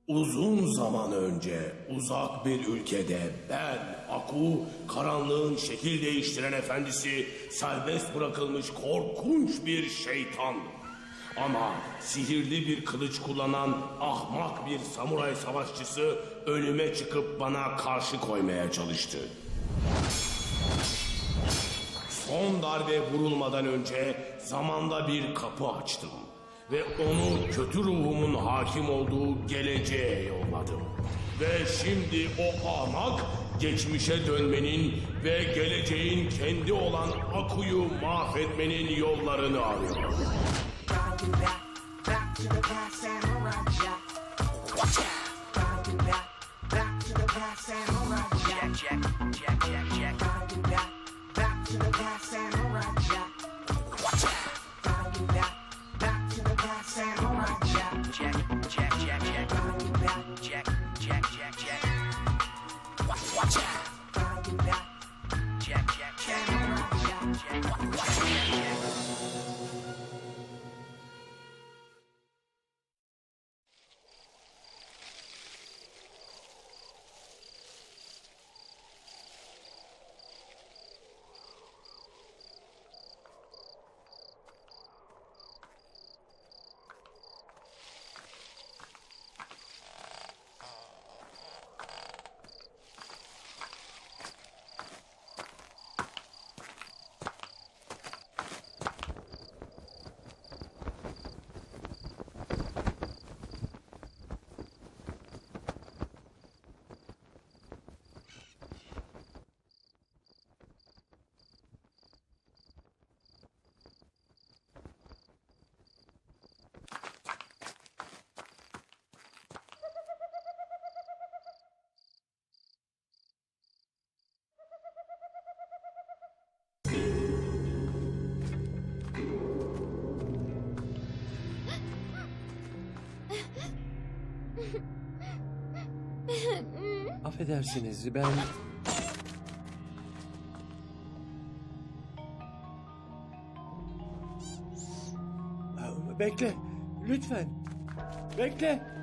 Uzun zaman önce uzak bir ülkede ben, Aku, karanlığın şekil değiştiren efendisi, serbest bırakılmış korkunç bir şeytandım. Ama sihirli bir kılıç kullanan ahmak bir samuray savaşçısı önüme çıkıp bana karşı koymaya çalıştı. Son darbe vurulmadan önce zamanda bir kapı açtım. Ve onu kötü ruhumun hakim olduğu geleceğe yolladım. Ve şimdi o ahmak geçmişe dönmenin ve geleceğin kendi olan Aku'yu mahvetmenin yollarını arıyor. Affedersiniz, ben... Bekle, lütfen. Bekle.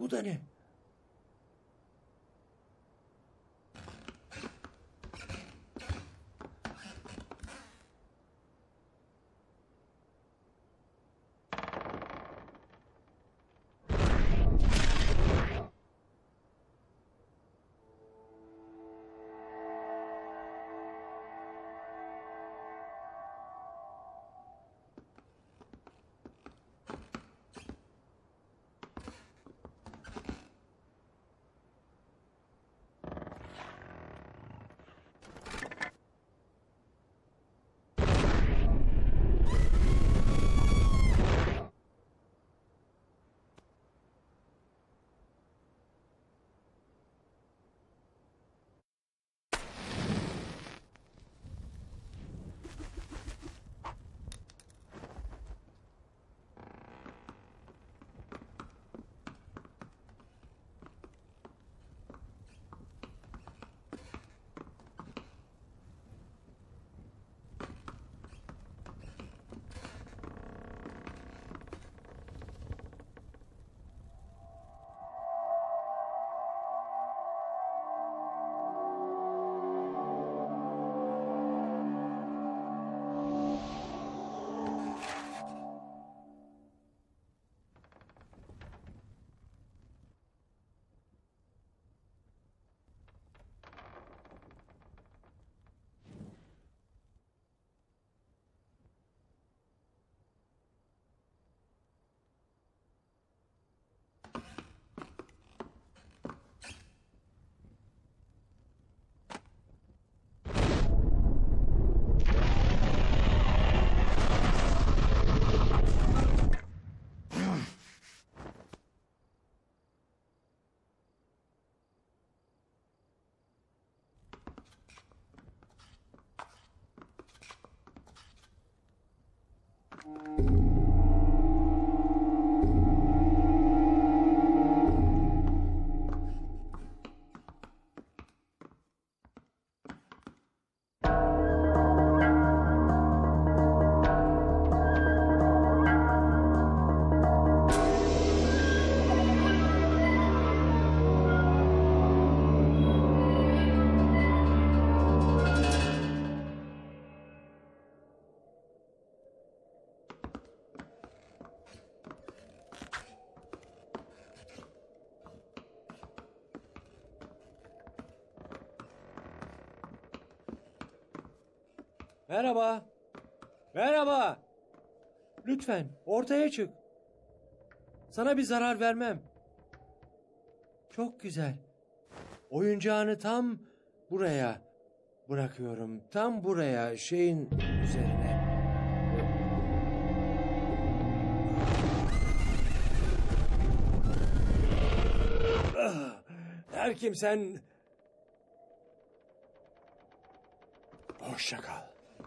Bu da ne? Merhaba. Merhaba. Lütfen ortaya çık. Sana bir zarar vermem. Çok güzel. Oyuncağını tam buraya bırakıyorum. Tam buraya, şeyin üzerine. Her kimsen... Hoşça kal.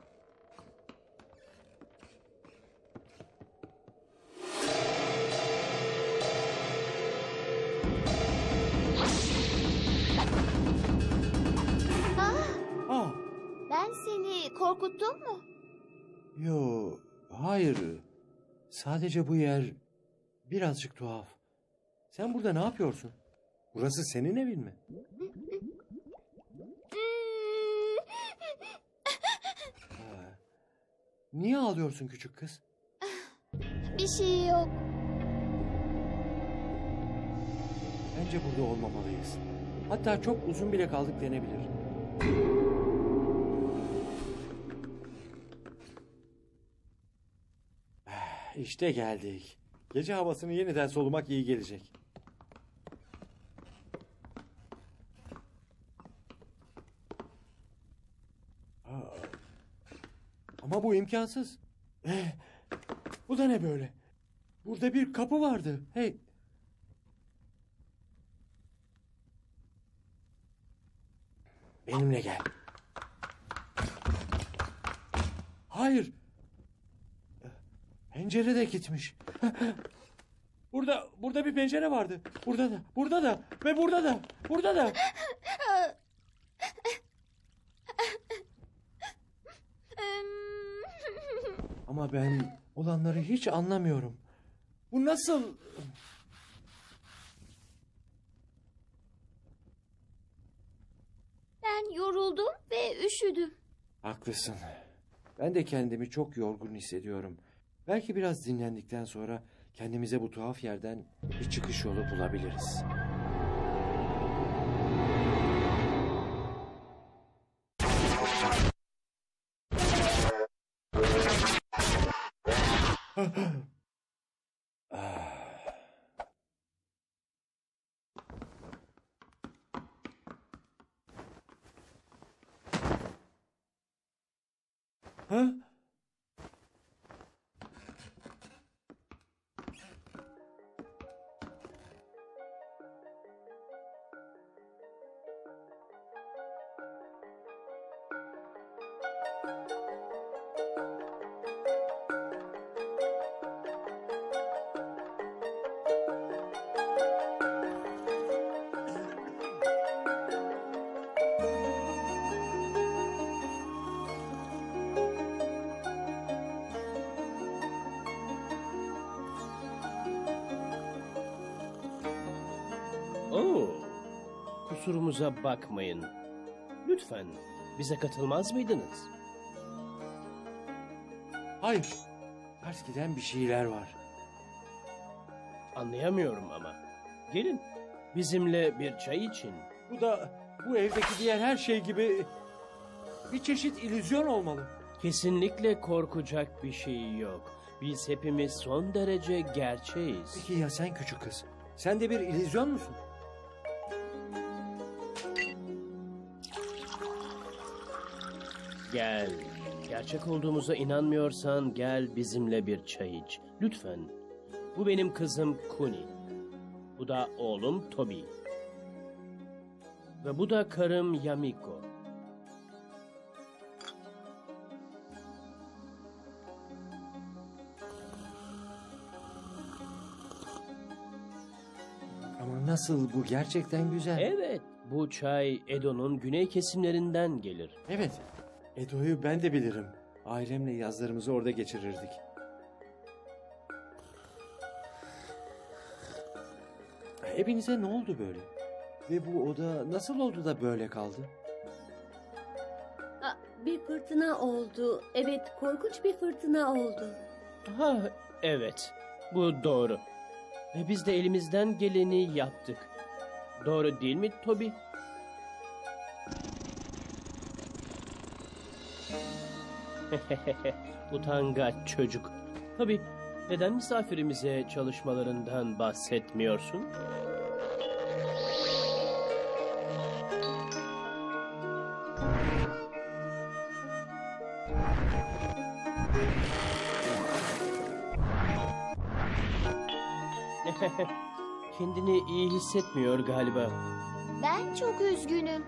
Ben seni korkuttum mu? Yo, hayır. Sadece bu yer birazcık tuhaf. Sen burada ne yapıyorsun? Burası senin evin mi? Niye ağlıyorsun küçük kız? Bir şey yok. Bence burada olmamalıyız. Hatta çok uzun bile kaldık denebilir. İşte geldik. Gece havasını yeniden solumak iyi gelecek. Ama bu imkansız. Bu da ne böyle? Burada bir kapı vardı. Hey. Benimle gel. Hayır. Pencere de gitmiş. Burada bir pencere vardı. Burada da ve burada da. Ama ben olanları hiç anlamıyorum. Bu nasıl? Ben yoruldum ve üşüdüm. Haklısın. Ben de kendimi çok yorgun hissediyorum. Belki biraz dinlendikten sonra kendimize bu tuhaf yerden bir çıkış yolu bulabiliriz. Ha? Oo, kusurumuza bakmayın. Lütfen bize katılmaz mıydınız? Hayır. Ters giden bir şeyler var. Anlayamıyorum ama. Gelin bizimle bir çay için. Bu da bu evdeki diğer her şey gibi bir çeşit illüzyon olmalı. Kesinlikle korkacak bir şey yok. Biz hepimiz son derece gerçeğiz. Peki ya sen küçük kız? Sen de bir illüzyon musun? Gel. Gerçek olduğumuza inanmıyorsan gel bizimle bir çay iç. Lütfen. Bu benim kızım Kuni. Bu da oğlum Toby. Ve bu da karım Yamiko. Ama nasıl, bu gerçekten güzel. Evet, bu çay Edo'nun güney kesimlerinden gelir. Evet. Edo'yu ben de bilirim. Ailemle yazlarımızı orada geçirirdik. Hepinize ne oldu böyle? Ve bu oda nasıl oldu da böyle kaldı? Bir fırtına oldu. Evet, korkunç bir fırtına oldu. Ha, evet, bu doğru. Ve biz de elimizden geleni yaptık. Doğru değil mi Toby? Utangaç çocuk. Tabii, neden misafirimize çalışmalarından bahsetmiyorsun? Kendini iyi hissetmiyor galiba. Ben çok üzgünüm.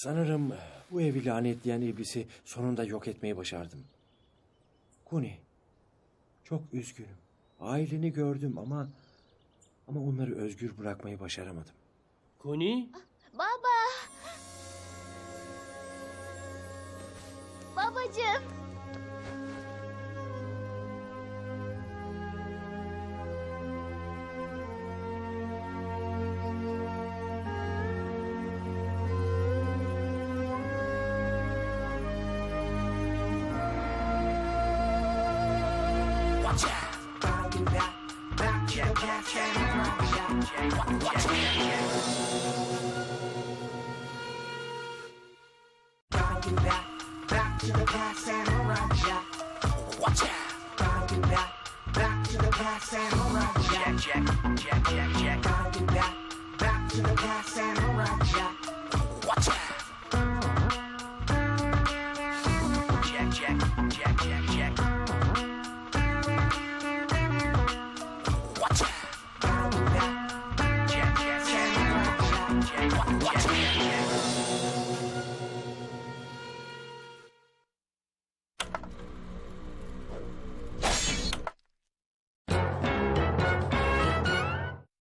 Sanırım bu evi lanetleyen iblisi sonunda yok etmeyi başardım. Kuni, çok üzgünüm. Aileni gördüm ama onları özgür bırakmayı başaramadım. Kuni? Baba! Babacığım!